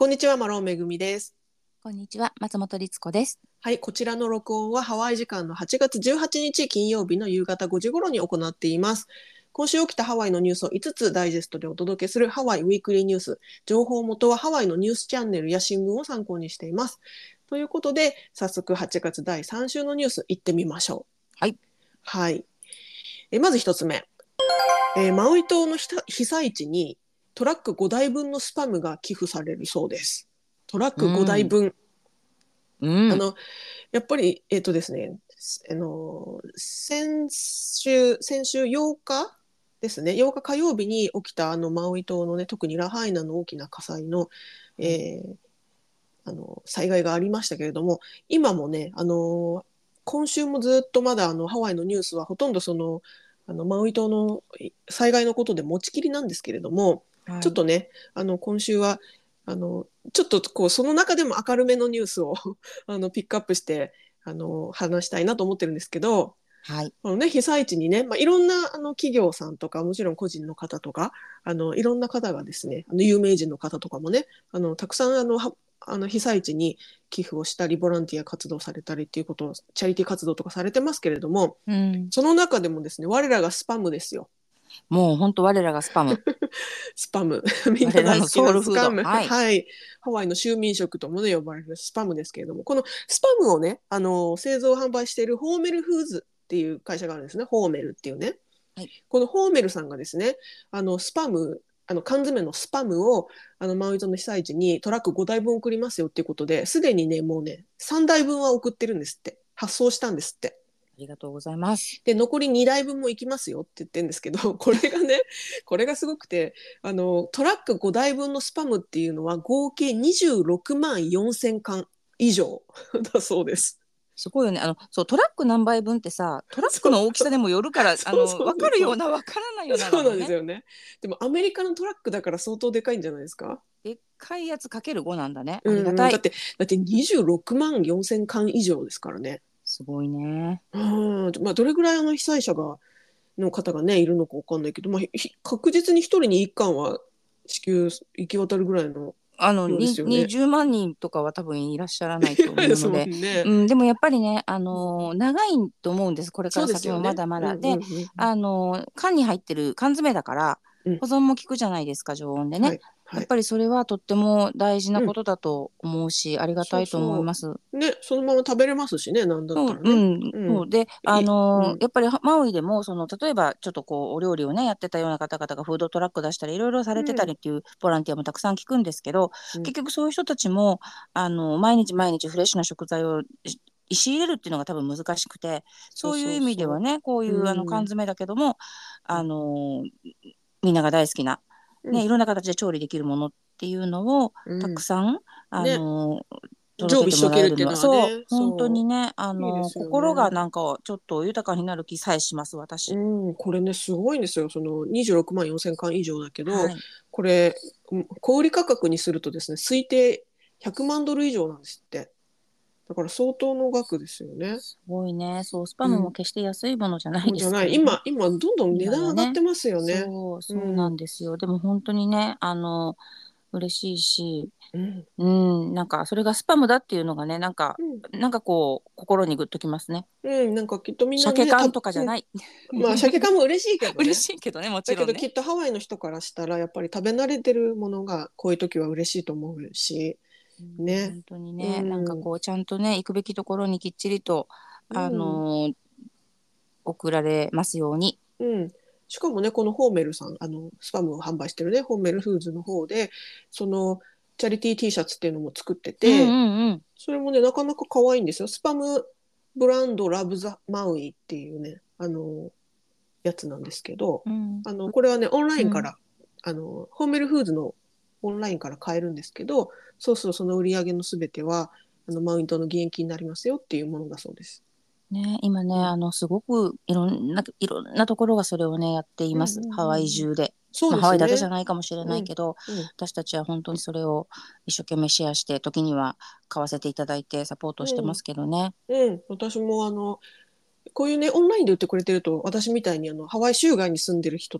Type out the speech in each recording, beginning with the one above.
こんにちは、マロンめぐみです。 こんにちは、松本律子です。 はい、こちらの録音はハワイ時間の8月18日金曜日の夕方5時頃に行っています。今週起きたハワイのニュースを5つダイジェストでお届けするハワイウィークリーニュース。情報元はハワイのニュースチャンネルや新聞を参考にしています。ということで、早速8月第3週のニュース行ってみましょう。 はい。 はい。まず1つ目。マウイ島の被災地にトラック5台分のスパムが寄付されるそうです。トラック5台分。 うん。 やっぱり、ですね、先週8日ですね、8日火曜日に起きたマウイ島のね、特にラハイナの大きな火災の、えー災害がありましたけれども、今もね、今週もずっとまだハワイのニュースはほとんどマウイ島の災害のことで持ちきりなんですけれども、 はい。 ちょっとね、今週はちょっとこうその中でも明るめのニュースをピックアップして話したいなと思ってるんですけど、 はい。 被災地にね、いろんな企業さんとかもちろん個人の方とかいろんな方がですね、有名人の方とかもね、たくさん被災地に寄付をしたりボランティア活動されたりっていうことをチャリティー活動とかされてますけれども、 うん。 その中でもですね、我らがスパムですよ。 もう本当我らがスパム。 スパムみんな我らの大好きなソウルフード。 スパム。 はい。 はい。ハワイの州民食ともね呼ばれるスパムですけれども、このスパムをね製造販売しているホーメルフーズっていう会社があるんですね。ホーメルっていうね。 はい。 このホーメルさんがですね、スパム缶詰のスパムをマウイ島の被災地にトラック5台分送りますよっていうことで、すでにねもうね3台分は送ってるんですって。発送したんですって。 ありがとうございます。 で残り2台分も行きますよって言ってるんですけど、これがねこれがすごくて、トラック5台分のスパムっていうのは合計26万4000缶以上だそうです。 すごいよね。そう、トラック何杯分ってさ、トラックそうの大きさでもよるから、 そうそうわかるそうような、わからないようなそうなんですだもんね。 よね。でもアメリカのトラックだから相当でかいんじゃないですか。 でっかいやつかける5なんだね。ありがうん、 たい。 だって26万4000缶以上ですからね。 すごいね。 うん、どれぐらい被災者の方がねいるのかわかんないけど、確実に一人に一缶は支給行き渡るぐらいの量ですよね。 20万人とかは多分いらっしゃらないとですもん思うので、 ね。 でもやっぱりね、 うん、 長いと思うんです。これかそうら先もまですよね。 だまだ。で、 うんうんうん缶に入ってる缶詰だから、 うん。 保存も効くじゃないですか、常温でね。 はいはい。 やっぱりそれはとっても大事なうん。 ことだと思うし、ありがたそういと思いそます。 う。ね、そのまま食べれますしね、なんだったそう、 らね。うん。 そうで、 うん。 やっぱりマウイでも、例えばちょっとこう、お料理をね、やってたような方々がフードトラック出したり、いろいろされてたうん。 りっていうボランティアもたくさん聞くんですけど、 うん。 結局そういう人たちも、毎日毎日フレッシュな食材を仕入れるっていうのが多分難しくて、 そうそそういう意味ではうそね、こういう。 ううん。 缶詰だけども、あの、みんなが大好きな、ね、 うん。 いろんな形で調理できるものっていうのをたくうん。 さん、あね、 の、 常備届けてもしとけるっていうらえるのは、そう、 のはね、 本当にそね、 う。いいですよ心がね。 なんかちょっと豊かになる気さえします、私。 うん、これね、すごいんですよ。その26万4000巻以上だけど、 はい。 これ、小売価格にするとですね、推定100万ドル以上なんですって。だから相当の額ですよね。 すごいね。そう、スパムもうん。 決して安いものじゃないでもうじゃない。 すからね。 今、どんどん値段上がっ今やね。 てますよね。 そう、 うそうなん。 んですよ。でも本当にね、嬉しいし、 うん。 なんかそれがスパムだっていうのがね、 うん。 なんかこう、心にグッときますね。 うん。なんかきっとみんなね、 鮭缶とかじゃない。 鮭缶も嬉しいけど嬉ね。 しいけどね、もちだけろんね。 どきっとハワイの人からしたら、やっぱり食べ慣れてるものがこういう時は嬉しいと思うし、ね。 本当にうね、なんかん。 こう、ちゃんとね、行くべきところにきっちりと、 うん。 送られますように。 うん。しかもね、このホーメルさん、スパムを販売してるね、ホーメルフーズの方で、その、チャリティー T シャツっていうのも作ってうんて、 うんうん。 それもね、なかなか可愛いんですよ。スパムブランドラブザマウイっていうね、やつなんですけど、 うん。 これはね、オンライうん。 ンから、ホーメルフーズのオンラインから買えるんですけど、そうするとその売り上げのすべては、マウイ島の義援金になりますよっていうものだそうです。 ね、今ね、 うん。 すごくいろんなところがそれをね、やっていうんうます。ハワイんうん。 中で。 そうまあ、ハワイだけじゃですね。 ないかもしれうん。 ないけど、 うん。 私たちは本当にそれを一生懸命シェアして、時には買わせていただいてサポートしてまうん。 すけどね。 うん。私もこういうね、オンラインで売ってくれてると、私みたいにハワイ州外に住んでる人とし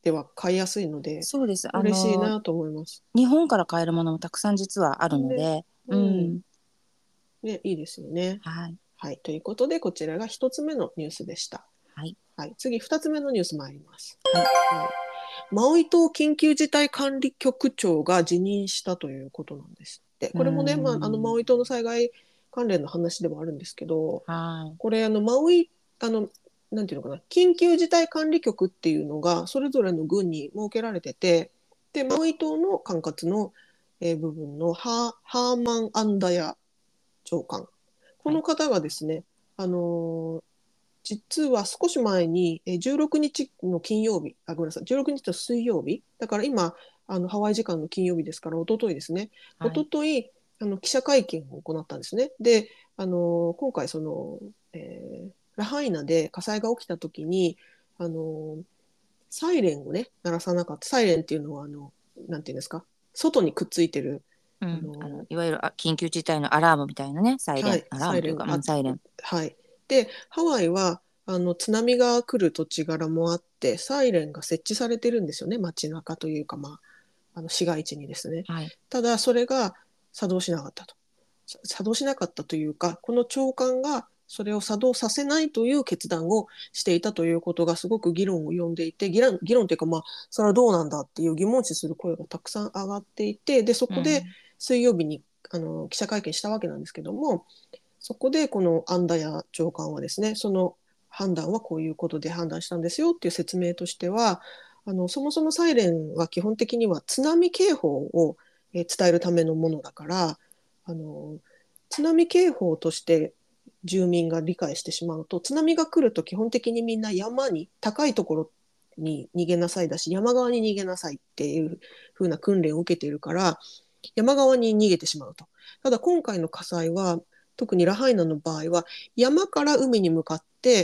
では買いやすいのでそうです。 嬉しいなと思います。 日本から買えるものもたくさん実はあるのね、 で、 うん、ね、いいですよね。 はい。 はい、ということでこちらが1つ目のニュースでした。 はい。 はい、次2つ目のニュース参ります。 はい。 マウイ島緊急事態管理局長が辞任したということなんですって。 うーこれもね、マん。 ウイ島の災害関連の話ではあるんですけど、 はい。 これマウイなんていうのかな、緊急事態管理局っていうのがそれぞれの郡に設けられてて、でマウイ島の管轄の、部分のハーマン・アンダヤ長官、こはい。 の方がですね、あの実は少し前に16日の金曜日、ごめんなさい、16日の水曜日、だから今、ハワイ時間の金曜日ですから、一昨日ですね、 はい。 一昨日記者会見を行ったんですね。で、今回ラハイナで火災が起きた時に、あのサイレンをね、鳴らさなかった。サイレンっていうのは、なんていうんですか、外にくっついてる、 うん。 あのいわゆる緊急事態のアラームみたいなね、サイレン、 はい、サアラームというか、 イレンがサイレン。 はい。で、ハワイは津波が来る土地柄もあって、サイレンが設置されてるんですよね、街中というか、市街地にですね。 はい。 ただ、それが作動しなかったと。作動しなかったというか、この長官がそれを作動させないという決断をしていたということがすごく議論を呼んでいて、議論というか、それはどうなんだっていう疑問視する声がたくさん上がっていて、で、そこでうん。 水曜日に記者会見したわけなんですけども、そこでこのアンダヤ長官はですね、その判断はこういうことで判断したんですよっていう説明としては、そもそもサイレンは基本的には津波警報を伝えるためのものだから、あの津波警報として住民が理解してしまうと、津波が来ると基本的にみんな山に高いところに逃げなさいだし、山側に逃げなさいっていう風な訓練を受けているから山側に逃げてしまうと。ただ今回の火災は特にラハイナの場合は山から海に向かって、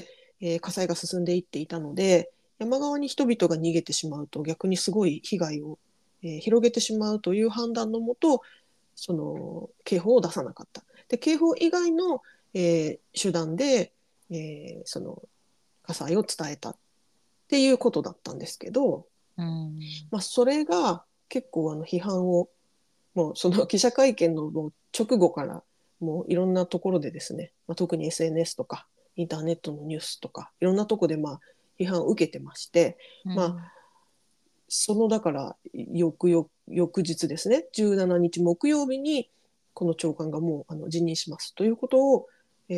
火災が進んでいっていたので、山側に人々が逃げてしまうと逆にすごい被害を、広げてしまうという判断のもと、その警報を出さなかった。で警報以外の、手段で、その火災を伝えたっていうことだったんですけど、 うん。 それが結構批判をもうその記者会見のもう直後からもういろんなところでですね、特に SNS とかインターネットのニュースとかいろんなところで批判を受けてまして、まあ、 うん。 そのだから翌日ですね、17日木曜日にこの長官がもう辞任しますということを、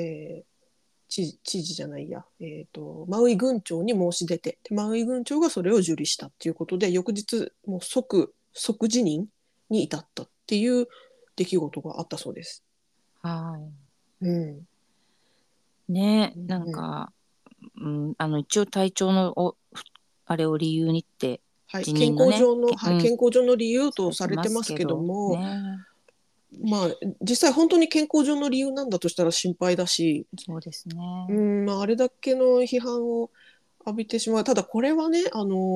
知事じゃないや、マウイ郡長に申し出て、マウイ郡長がそれを受理したということで、翌日もう即辞任に至ったっていう出来事があったそうです。 はうん。 い。ね、なんうん、 か、一応体調のあれを理由にってはい、 辞任のね、 健康上の理由とされされてまてますけどすけども、 ね。 実際本当に健康上の理由なんだとしたら心配だし、 そうですね。 あれだけの批判を浴びてしまう。ただこれはね、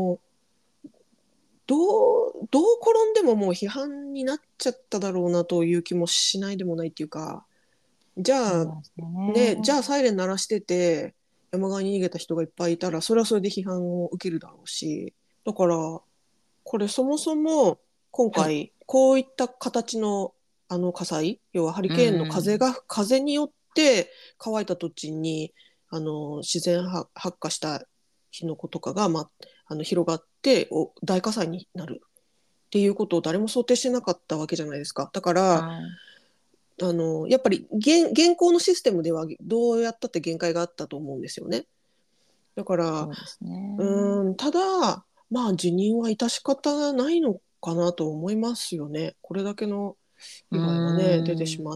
どう転んでももう批判になっちゃっただろうなという気もしないでもないっていうか、じゃあそうなんですよね。 ね、じゃあサイレン鳴らしてて山側に逃げた人がいっぱいいたら、それはそれで批判を受けるだろうし、だからこれそもそも今はい。 回こういった形の火災、要はハリうケーンのん。 風によって乾いた土地に自然発火した火の粉とかが、広がって大火災になるっていうことを誰も想定してなかったわけじゃないですか。だからはい。 やっぱり現行のシステムではどうやったって限界があったと思うんですよね。だからそうですね。 ただ辞任は致し方ないのかなと思いますよね。これだけのう被害がね出てしん。 まって。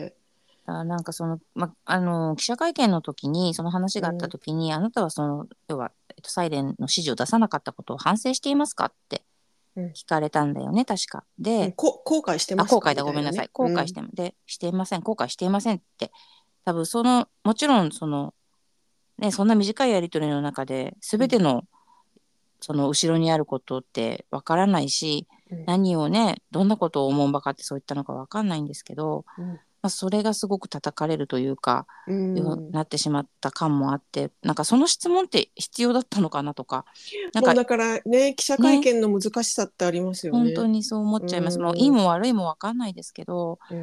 なんか記者会見の時に、その話があったうん時に、あなたは要は、サイレンの指示を出さなかったことを反省していますかってうん聞かれたんだよね、確か。で、 後悔してますか後悔だ、 みたいなね。 ごめんなさい。後悔していません、後悔していませんって。多分もちろんね、そんな短いやり取りの中で、すうんべてのその後ろにあることってわからないし、 うん何をね、どんなことを思うばかってそう言ったのかわかんないんですけど、 うんあ、それがすごく叩かれるというか、 うんなってしまった感もあって、なんかその質問って必要だったのかなとか、なんかもうだからね、記者会ね、 見の難しさってありますよ本当ね。 にそう思っうちゃいます。もういいんも悪いも分かんないですけど、 うん、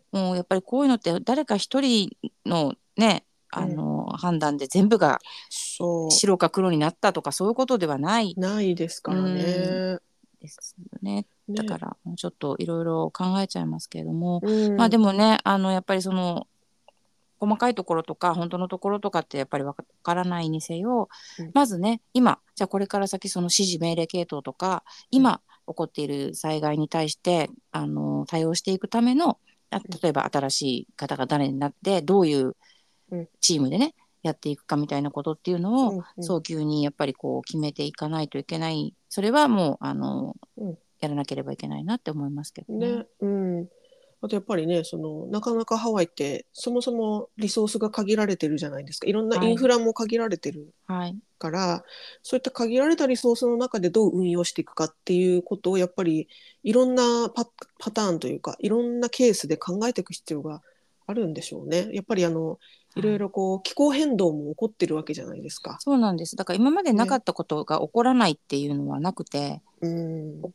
もうやっぱりこういうのって誰か一人のね、 うん、 判断で全部がそ白か黒になったとかそういうことではないう、ないですうからんね。 ですよね。だかね、 らもうちょっといろいろ考えちゃいますけれども、 うまあでん、 もね、やっぱりその細かいところとか本当のところとかってやっぱりわからないにせよ、 うん、 まずね、今じゃあこれから先その指示命令系統とかうん、 今起こっている災害に対して対応していくための、例えば新しい方が誰になってどういううん、 チームでねやっていくかみたいなことっていうのをうん、うん、 早急にやっぱりこう決めていかないといけない。それはもううやらなければいけないなって思いますけどん、 ね。 ね、うん。あとやっぱりね、なかなかハワイってそもそもリソースが限られてるじゃないですか。いろんなイはい。 ンフラも限られてるはい。 から、そういった限られたリソースの中でどう運用していくかっていうことをやっぱりいろんなパターンというかいろんなケースで考えていく必要があるんでしょうね。やっぱりいろはい。 いろこう気候変動も起こってるわけじゃないですか。 そうなんです。だから今までなかね。 ったことが起こらないっていうのはなくて、 うん。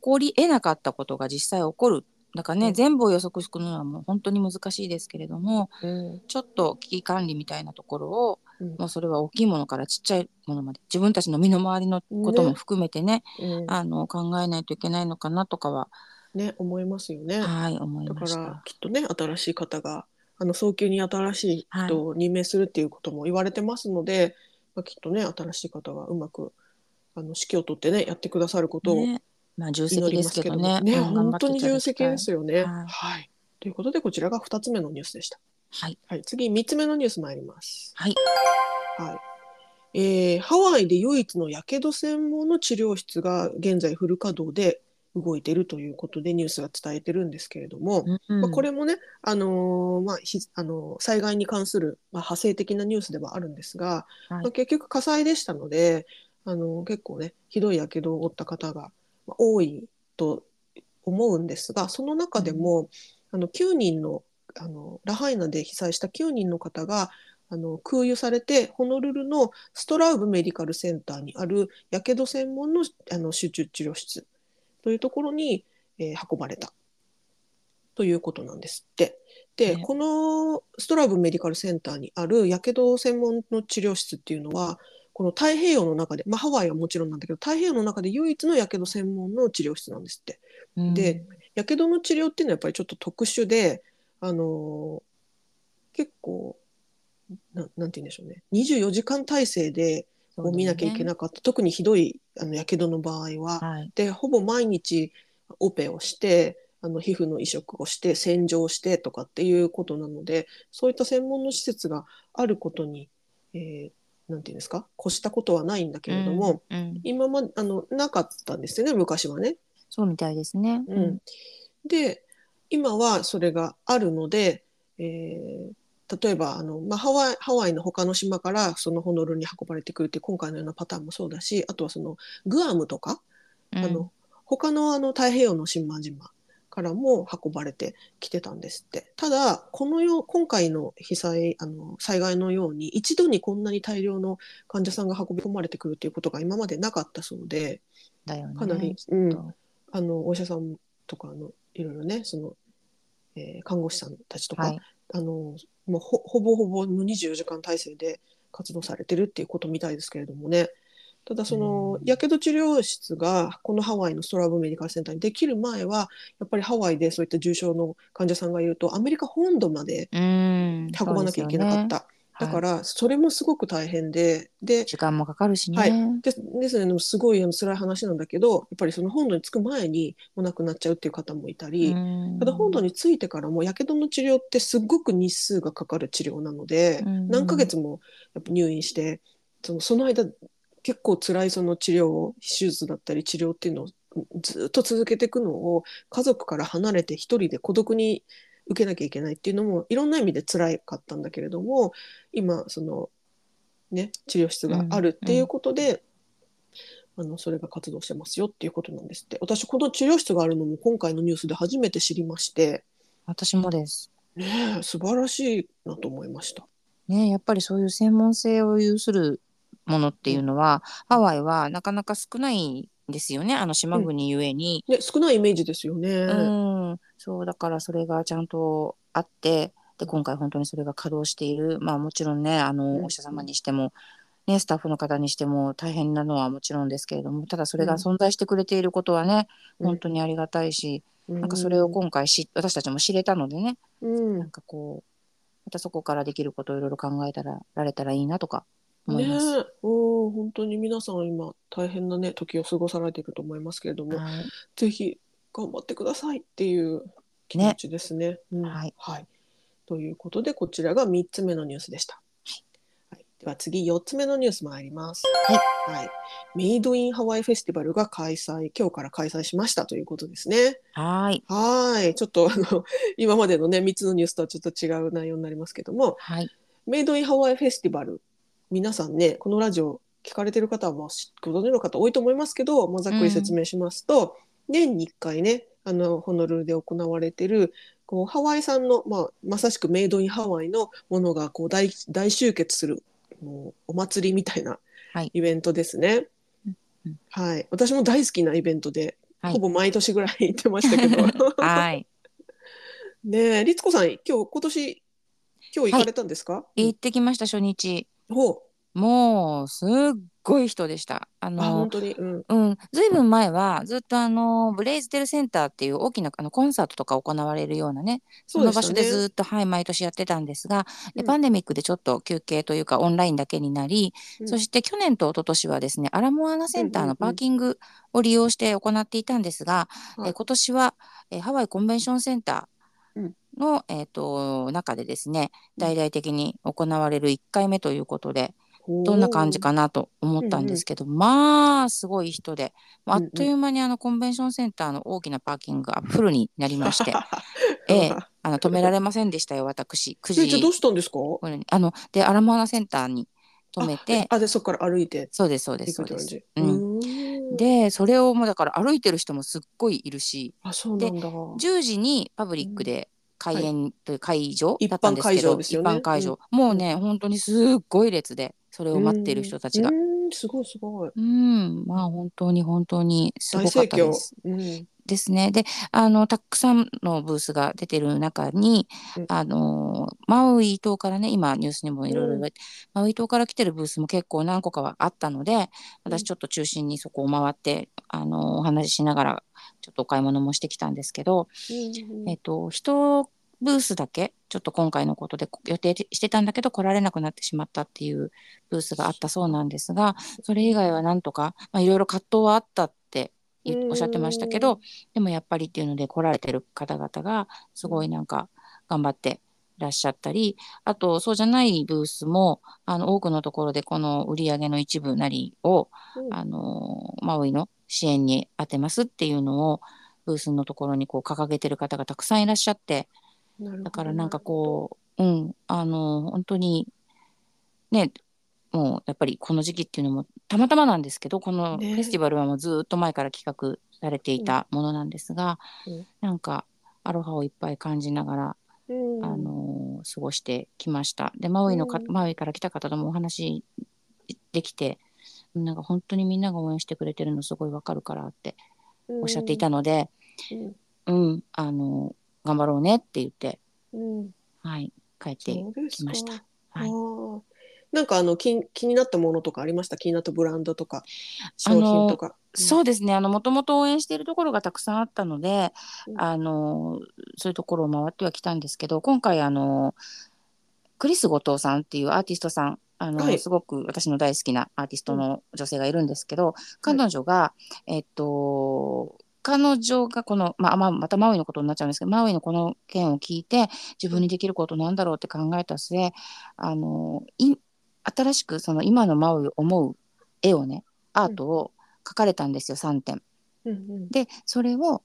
起こり得なかったことが実際起こる。だからね、 うん。 全部を予測するのはもう本当に難しいですけれども、 うん。 ちょっと危機管理みたいなところを、 うん。 もうそれは大きいものからちっちゃいものまで、自分たちの身の回りのこともね。 含めてね、 うん。 考えないといけないのかなとかは、 ね、思いますよね。 はい、思いだからました。 きっとね、新しい方が早急に新しいはい。 人を任命するっていうことも言われてますので、まあ、きっとね、新しい方がうまく指揮を取ってね、やってくださることをね。まあ重責で祈りますけども。 すけどね、 ね、 うん、頑本当に張っていただ重責できたい。 すよね。 はい。 はい。ということで、こちらが2つ目のニュースでした。 はい。 はい、次、3つ目のニュース参ります。 はい。 はい。ハワイで唯一のやけど専門の治療室が現在フル稼働で動いているということでニュースが伝えてるんですけれども、まあ、こうん。 れもね、まあ災害に関する、まあ、派生的なニュースではあるんですが、 はい。 まあ、結局火災でしたので、結構ねひどいやけどを負った方が多いと思うんですが、その中うん。 でも9人のラハイナで被災した9人の方が空輸されてホノルルのストラウブメディカルセンターにあるやけど専門の集中治療室というところに、運ばれたということなんですって。で、 ね。 このストラブメディカルセンターにあるやけど専門の治療室っていうのは、この太平洋の中で、まあ、ハワイはもちろんなんだけど、太平洋の中で唯一のやけど専門の治療室なんですって。 うで、 ん。 やけどの治療っていうのはやっぱりちょっと特殊で、あの結構なんて言うんでしょうね、24時間体制でそうこう見なきゃいけだよね。 なかった、特にひどいやけどの場合は。 はい。 で、ほぼ毎日オペをして、皮膚の移植をして洗浄してとかっていうことなので、そういった専門の施設があることに、なんていうんですか、越したことはないんだけうん。 れども、 うん。 今までなかったんですよね、昔はね。 そうみたいですね。 うん、 うん。 で、今はそれがあるので、例えばまあ、ハワイの他の島からそのホノルルに運ばれてくるっていう今回のようなパターンもそうだし、あとはグアムとかうん。 他の太平洋の島々からも運ばれてきてたんですって。ただ今回の災害のように一度にこんなに大量の患者さんが運び込まれてくるということが今までなかったそうで、 だよね。 かなり、 きっうん、 と。 お医者さんとかいろいろね看護師さんたちとかはい。 もうほぼほぼ24時間体制で活動されてるっていうことみたいですけれどもね。ただうん。 やけど治療室がこのハワイのストラブメディカルセンターにできる前はやっぱりハワイでそういった重症の患者さんがいるとアメリカ本土までうん。そうです運ばなきゃいけなかっよね。 た。だはい。 からそれもすごく大変で、 時間もかかるしはい。 ね。 ですね、すごい辛い話なんだけど、やっぱりその本土に着く前にお亡くなっちゃうっていう方もいたうり、ただ本土ん。 に着いてからも、やけどの治療ってすごく日数がかかる治療なので、 う何ヶん。 月もやっぱ入院して、その間、結構辛いその治療を、手術だったり治療っていうのをずっと続けていくのを、家族から離れて一人で孤独に受けなきゃいけないっていうのも、いろんな意味で辛かったんだけれども、今、ね、治療室があうん。 るっていううん。 ことで、それが活動してますよっていうことなんですって。私、この治療室があるのも今回のニュースで初めて知りまして、 私もです。 ねえ、素晴らしいなと思いました。 ね、やっぱりそういう専門性を有するものってうん。 いうのは、ハワイはなかなか少ないんですよね。 うん。 島国ゆえに。 ね、少ないイメージですよね。 そう、だからそれがちゃんとあって、で、 うん。 今回本当にそれが稼働している。まあもちろんね、 うん。 お医者様にしても、ね、スタッフの方にしても大変なのはもちろんですけれども、ただそれがうん。 存在してくれていることはね、 うん。 本当にありがたいし、 うなんかそれをん。 今回私たちも知れたのでね、 うなんん。 かこう、またそこからできることをいろいろ考えられたらいいなとか思ねえ、 います。 本当に皆さん今大変なね、時を過ごされていると思いますけれども、 はい。 ぜひ頑張ってくださいっていう気持ね。 ちですね。うん。 はい。 はい。ということで、こちらが3つ目のニュースでした。はい、では次、4つ目のニュース参ります。 はい。 はい。メイドインハワイフェスティバルが今日から開催しましたということですね。 はい。 はい。ちょっと今までのね、3つのニュースとはちょっと違う内容になりますけども、 はい。 メイドインハワイフェスティバル、皆さんね、このラジオ聞かれてる方はもうご存知の方多いと思いますけど、ざっくり説うん。 明しますと、年に1回ね、ホノルルで行われている、こうハワイ産の、まさしくメイドインハワイのものがこう大集結する、もうお祭りみたいなはい。 イベントですね。 うんうん。 はい。私も大好きなイベントで、 はい。 ほぼ毎年ぐらい行ってましたけど。 はい。 ねえ、律子さん、今日行はい。 かれたんですか？うん。 行ってきました、初日。 ほう。 もう、すっごい人でした。 本当に。うん。 ずいぶん前は、ずっとブレイズデルセンターっていう大きなコンサートとか行われるようなね、そそうでの場したね。 所でずっと、はい、毎年やってたんですが、 うん。 パンデミックでちょっと休憩というか、オンラインだけになり、 うん。 そして去年と一昨年はですね、アラモアナうん。 センターのパうん。うん。 ーキングを利用して行っていたんですが、 はい。 今年は、ハワイコンベンションセンタうん。 ーの、中でですね、 うん。 大々的に行われる1回目ということで、どんな感じほう。 かなと思ったんうん。うん。 ですけど、まあ、すごい人で、あうん。うん。 っという間にコンベンションセンターの大きなパーキングがフルになりまして、 はははええ、 は。 止められませんでしたよ、私。9 じゃあどう時したんですか？ 頃に。で、アラモアナセンターに止めて、 で、そこから歩いてそうです、そうです、そうです。 行くって感じ。 うん。で、それをもうだから歩いてる人もすっごいいるし、 そうなで、 んだ。う 10時にパブリックん。 で開はい。 演という会場だったん一般会ですけど、一場ですよね。うん。 般会場。もうね、 うん。 本当にすっごい列で、それうを待っているん。 人たちが。 すごいすごい。 まあ本当に本当にす大ごかっ盛況。 たです。 うん。 ですね。で、たくさんのブースが出てる中に、 うん。 マウイ島からね、今ニュースにもいうん。 ろいろ言われて、マウイ島から来てるブースも結構何個かはあったので、 うん。 私ちょっと中心にそこを回って、お話ししながら、ちょっとお買い物もしてきたんですけど、 うん。 一ブースだけ、ちょっと今回のことで予定してたんだけど来られなくなってしまったっていうブースがあったそうなんですが、それ以外はなんとか、まあ、いろいろ葛藤はあったってうおっしゃってましたけん。 ど、でもやっぱりっていうので来られてる方々がすごいなんか頑張ってらっしゃったり、あとそうじゃないブースも多くのところでこの売り上げの一部なりをうん。 マウイの支援に当てますっていうのをブースのところにこう掲げてる方がたくさんいらっしゃって、 なるほど、 だからなんかなるほど。 こう、本当にね、もうやっぱりこの時期っていうのもたまたまなんですけど、このフェスティね。 バルはもうずっと前から企画されていうん。 たものなんですが、 うん。 なんかアロハをいっぱい感じながら、 うん。 過ごしてきました。で、 うん。 マウイから来た方ともお話できて、なんか本当にみんなが応援してくれてるのすごいわかるからってうおっしゃっていん。 たので、 うん。 うん、頑張ろうねって言って、 うん。 はい、帰ってそうですか。 きました。 あはい。 あ。なんか気になったものとかありました？気になったブランドとか、商品とあの、 か。うん。 そうですね。もともと応援しているところがたくさんあったので、 うん。 そういうところを回ってはきたんですけど、今回、クリス後藤さんっていうアーティストさん、 はい。 すごく私の大好きなアーティスうん。 トの女性がいるんですけど、 はい。 彼女が、彼女がこの、またマウイのことになっちゃうんですけど、マウイのこの件を聞いて、自うん。 分にできることなんだろうって考えた末、新しくその今のマウイを思う絵をね、アうん。 ートを描かれたんですよ、3点。 うん。 で、それを、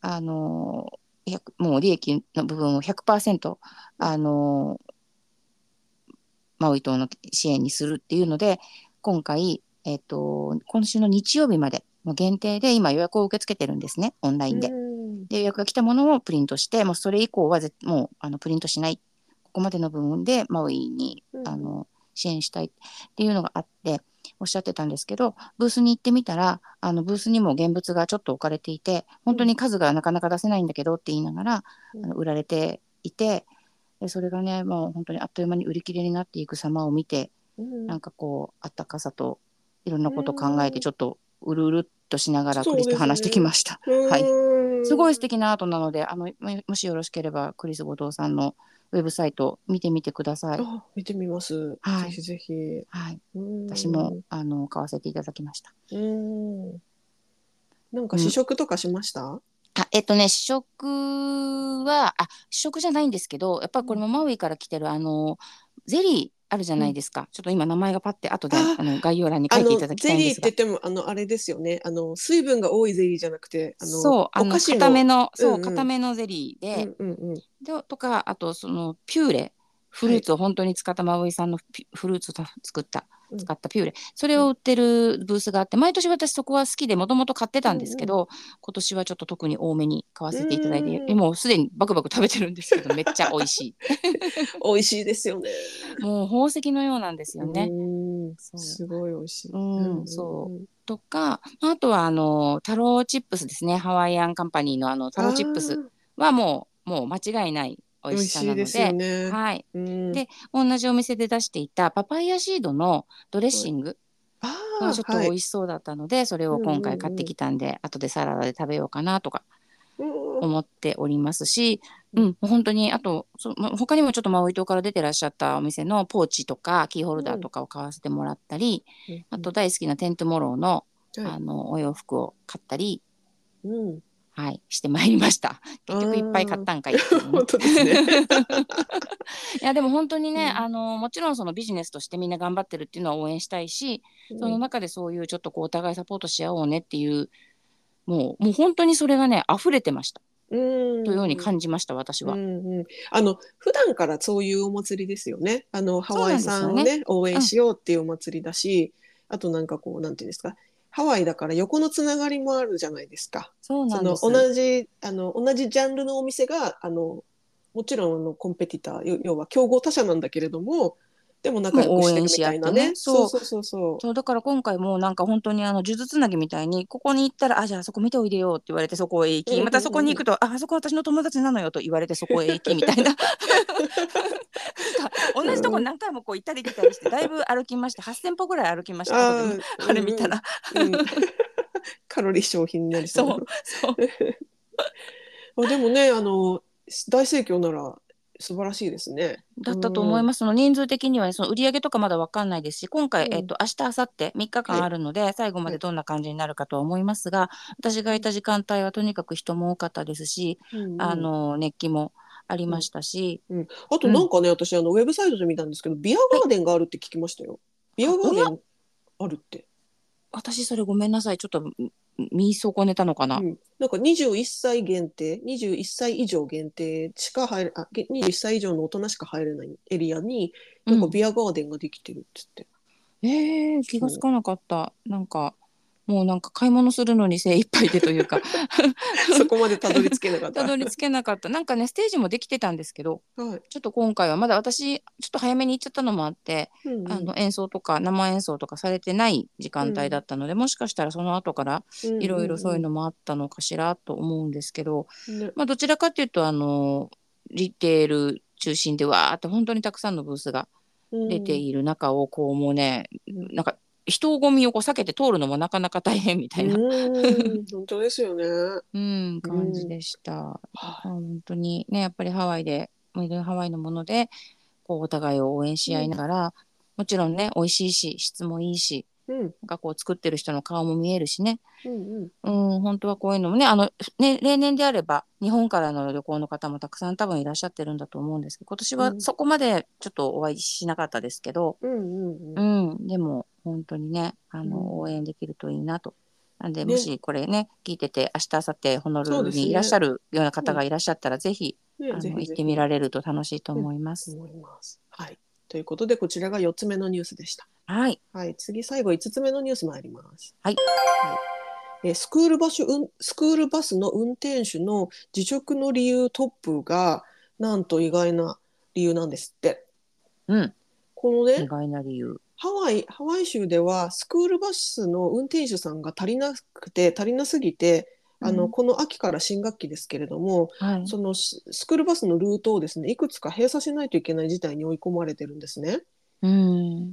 もう利益の部分を100%、 うん。 あの、マウイ島の支援にするっていうので、今回、今週の日曜日までの限定で今予約を受け付けてるんですね、オンライうンで。 で予約が来たものをプリントして、もうそれ以降はもうプリントしない、ここまでの部分でマウイに支援したいっていうのがあっておっしゃってたんですけど、ブースに行ってみたらブースにも現物がちょっと置かれていて、本当に数がなかなか出せないんだけどって言いながら売られていて、でそれがねもう本当にあっという間に売り切れになっていく様を見て、なんかこうあったかさといろんなことを考えて、ちょっとうるうるっとしながらクリスと話してきました。はい、すごい素敵なアートなのでもしよろしければクリス後藤さんのウェブサイト見てみてください。 見てみます。 はい、 ぜひぜひ。 はい、私も買わせていただきました。 なんか試食とかしました？ 試食は試食じゃないんですけど、やっぱりこれもマウイから来てるゼリーあるじゃないですか。ちょっと今名前がパッて後で概要欄に書いていただきたいんですが。 ゼリーって言ってもあれですよね。水分が多いゼリーじゃなくてそうお菓子の固めの固めのゼリーで、とかあとそのピューレ、フルーツを本当に使ったマウイさんのフルーツを使ったピューレ、それを売ってるブースがあって、毎年私そこは好きでもともと買ってたんですけど、今年はちょっと特に多めに買わせていただいて、もうすでにバクバク食べてるんですけど、めっちゃ美味しい。 美味しいですよね。 もう宝石のようなんですよね。 すごい美味しい。 そうとか、あとはタローチップスですね。ハワイアンカンパニーのタローチップスはもう間違いない美味しさなので、はい。で同じお店で出していたパパイヤシードのドレッシングがちょっと美味しそうだったので、それを今回買ってきたんで、後でサラダで食べようかなとか思っておりますし、本当にあと他にもちょっとマウイ島から出てらっしゃったお店のポーチとかキーホルダーとかを買わせてもらったり、あと大好きなテントモローのお洋服を買ったり、はい、してまいりました。結局いっぱい買ったんかいっていう、ね、 本当ですね。 いやでも本当にね、もちろんそのビジネスとしてみんな頑張ってるっていうのは応援したいし、その中でそういうちょっとこうお互いサポートし合おうねっていうもう本当にそれがね溢れてました。というように感じました私は。 普段からそういうお祭りですよね。ハワイさんをね応援しようっていうお祭りだし、あとなんかこうなんていうんですか、ハワイだから横のつながりもあるじゃないですか。 そうなんです。 同じジャンルのお店がもちろんコンペティター、要は競合他社なんだけれども、でも仲良くしてるみたいなね。 そうだから今回もなんか本当に数珠つなぎみたいに、ここに行ったらじゃあそこ見ておいでよって言われてそこへ行き、またそこに行くとあそこ私の友達なのよと言われてそこへ行きみたいな。なんか同じとこ何回もこう行ったり来たりしてだいぶ歩きまして、8000歩ぐらい歩きました。あれ見たらカロリー消費になりそう。でもね大盛況なら素晴らしいですね。 だったと思います。その人数的には、ね、その売り上げとかまだ分かんないですし、今回、明日明後日3日間あるので、最後までどんな感じになるかとは思いますが、私がいた時間帯はとにかく人も多かったですし、熱気もありましたし、 あとなんかね、私ウェブサイトで見たんですけど、ビアガーデンがあるって聞きましたよ。ビアガーデンあるって。 私それごめんなさい、ちょっと見損ねたのかな。 なんか21歳限定、21歳以上限定しか入れ、21歳以上の大人しか入れないエリアに、なんかビアガーデンができてるっつって。 気がつかなかった。なんかもうなんか買い物するのに精一杯でというかそこまでたどり着けなかった。 たどり着けなかった。なんかねステージもできてたんですけど、ちょっと今回はまだ私ちょっと早めに行っちゃったのもあって、演奏とか生演奏とかされてない時間帯だったので、もしかしたらその後からいろいろそういうのもあったのかしらと思うんですけど、まあどちらかっていうとリテール中心でわーって本当にたくさんのブースが出ている中をこうもうね、なんか人混みをこう避けて通るのもなかなか大変みたいな本当ですよね。 感じでした。本当にねやっぱりハワイのものでこうお互いを応援し合いながら、もちろんね美味しいし質もいいし、なんかこう作ってる人の顔も見えるしね、本当はこういうのもね例年であれば日本からの旅行の方もたくさん多分いらっしゃってるんだと思うんですけど、今年はそこまでちょっとお会いしなかったですけど、でも本当にね応援できるといいなと。なんでもしこれね聞いてて明日明後日ホノルルにいらっしゃるような方がいらっしゃったら、ぜひ行ってみられると楽しいと思います。 はい。ということでこちらが4つ目のニュースでした。 はい。 次最後5つ目のニュース参ります。 はい。 スクールバスの運転手の辞職の理由トップがなんと意外な理由なんですって。 うん。 このね、 意外な理由。 ハワイ州ではスクールバスの運転手さんが足りなすぎて、 うん。 この秋から新学期ですけれども、 はい。 そのスクールバスのルートをですね、いくつか閉鎖しないといけない事態に追い込まれてるんですね。 うん。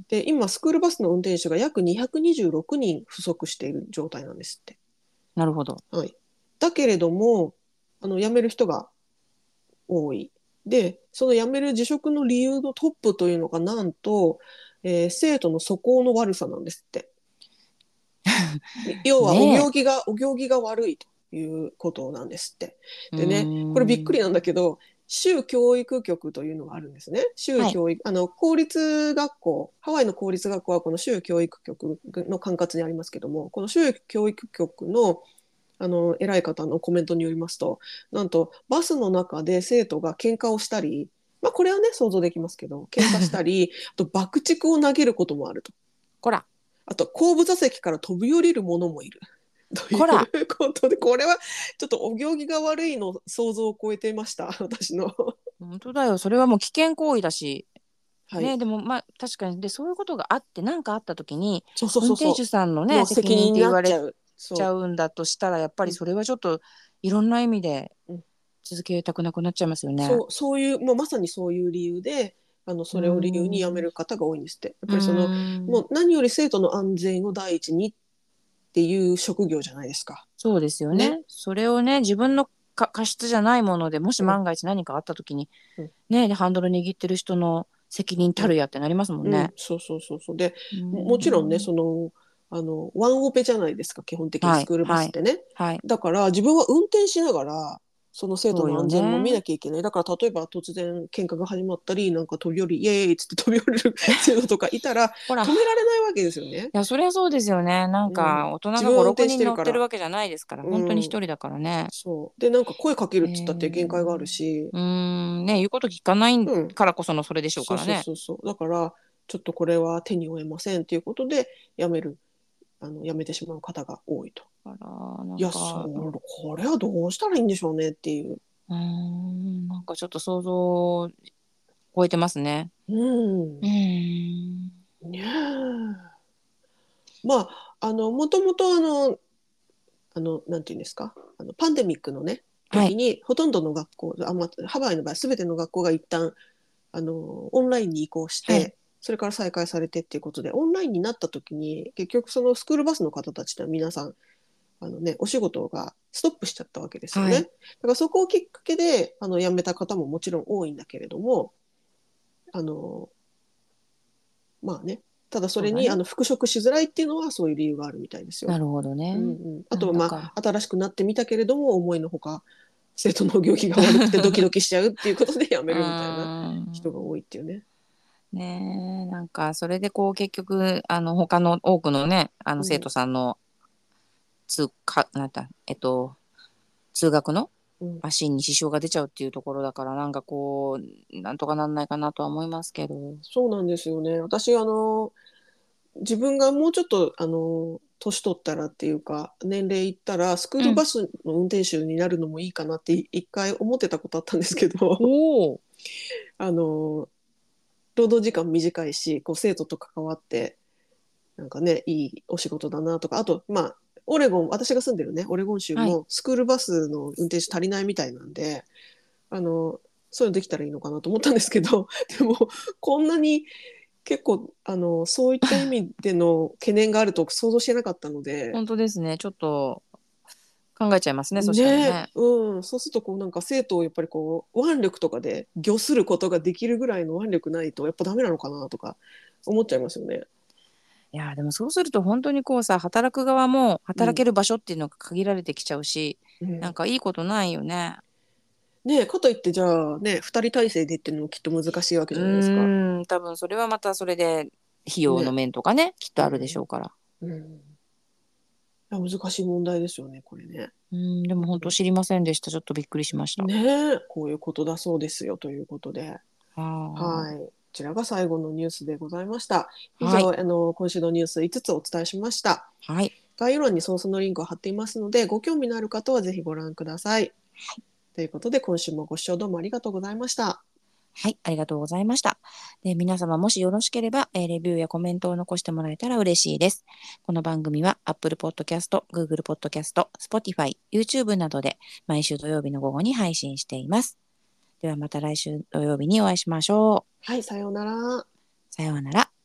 で、今、スクールバスの運転手が約226人不足している状態なんですって。 なるほど。 はい。だけれども、辞める人が多い。で、その辞める辞職の理由のトップというのが、なんと、生徒の素行の悪さなんですって。要はねお行儀が悪いということなんですって。 え。うでね、これびっくん。 りなんだけど、州教育局というのがあるんですね。州はい。 教育、公立学校、ハワイの公立学校はこの州教育局の管轄にありますけども、この州教育局の偉い方のコメントによりますと、なんとバスの中で生徒が喧嘩をしたり、まあこれはね想像できますけど、喧嘩したり、あと爆竹を投げることもあると。 こら。 あと後部座席から飛び降りる者もいる。といこら。 うことで、これはちょっとお行儀が悪いの想像を超えていました、私の。 本当だよ。それはもう危険行為だし。 はい。 ね、でもまあ確かにでそういうことがあって何かあった時にそうそう運転手そうそさんのう。のね責任っ責任にて言われなっちゃう。そちゃうんだとしたらやっぱう。うん。 りそれはちょっといろんな意味でうん。 続けたくなくなっちゃいますよね。 そういう、もうまさにそういう理由で、 うーそれを理由に辞めん。 る方が多いんですって。やっうーぱりもん。 う何より生徒の安全を第一にっていう職業じゃないですか。 そうですよね。 ね。それをね自分の過失じゃないものでもしうん。 万が一何かあった時にうん。 ねハンドル握ってる人の責任うん。 たるやってなりますもんね。 うん。そうそうそうそう。で、 うーもちろんね、 ん。 ワンオペじゃないですか、基本的にはいスクールバはいスってね。 はいだから自分は運転しながら、その生徒そうよの安全も見ね。 なきゃいけない。だから例えば突然喧嘩が始まったり、なんか飛び降り、イエーイっつって飛び降りる生徒とかいたら、 ほら止められないわけですよね。 いや、そりゃそうですよね。なんうん。 か、大人が5、 自分は運転 6人乗ってるしてるから。 わけじゃないですから、本当にうん。 一人だからね。 そう。で、なんか声かけるっつったって限界があるうし、 ね、言うこと聞かないうん。 からこそのそれでしょうそうそうからね。 そうそう。だから、ちょっとこれは手に負えませんっていうことで、やめてしまう方が多いと。 だから、ないや、 んか、 これはどうしたらいいんでしょうねっていう。 なんかちょっと想像を超えてますね。 ううーん。 ん。 ねえ。まあ、もともとなんていうんですか、パンデミックのね、 はい。 時に、ほとんどの学校、ハワイの場合、すべての学校が一旦、オンラインに移行しはい。 て、それから再開されてっていうことで、オンラインになった時に、結局そのスクールバスの方たちって皆さん、お仕事がストップしちゃったわけですよね。だはい。 からそこをきっかけで、辞めた方ももちろん多いんだけれども、あの、まあね、ただそれにそうだね。 復職しづらいっていうのはそういう理由があるみたいですよ。 なるほどね。 うんうん、あなとはまんだか。 あ新しくなってみたけれども思いのほか生徒の行儀が悪くてドキドキしちゃうっていうことでやうめるみたいなー人がん。 多いっていうね。 ねえ、なんか、それでこう、結局、他の多くのね、生うん徒さんのなんだ、通学のうん、 足に支障が出ちゃうっていうところだから、なんかこう、なんとかなんないかなとは思いますけど。 そうなんですよね。私自分がもうちょっと年取ったらっていうか年齢いったらスクーうん。 ルバスの運転手になるのもいいかなって一回思ってたことあったんですけどおお。 あの労働時間短いしこう生徒と関わってなんかね、いいお仕事だなとか、あと、まあ、私が住んでるね、オレゴン州はい。 もスクールバスの運転手足りないみたいなんで、あの、そういうのできたらいいのかなと思ったんですけど、でも、こんなに結構、そういった意味での懸念があると想像してなかったので、 本当ですね。ちょっと考えちゃいますね。そしたらね、 ね。 うん、そうすると、こう、なんか生徒をやっぱりこう、腕力とかで御することができるぐらいの腕力ないと、やっぱダメなのかなとか思っちゃいますよね。 いやー、でもそうすると本当にこうさ、働く側もうん。 働ける場所っていうのが限られてきちゃうし、 うん。 なんかいいことないよね。 ねえ、かといってじゃあね、二人体制でっていうのもきっと難しいわけじゃないですか。 多分それはまたそれで費用のね。 面とかね、きっとあるでしうん。 ょうから。 うん。いや難しい問題ですよね、これね。 でも本当う知りませんでした。ちょっとびっくりしましん、 た。 ねえ、こういうことだそうですよということで。 ははい。こちらが最後のニュースでございました。 い。はい。 以上、今週のニュース5つお伝えしました。 はい。 概要欄にそのリンクを貼っていますので、ご興味のある方はぜひご覧ください。ということで、今週もご視聴どうもありがとうございました。 はい、ありがとうございました。で、皆様もしよろしければ、レビューやコメントを残してもらえたら嬉しいです。この番組は Apple Podcast、Google Podcast、Spotify、YouTube などで毎週土曜日の午後に配信しています。ではまた来週土曜日にお会いしましょう。 はい、さようなら。 さようなら。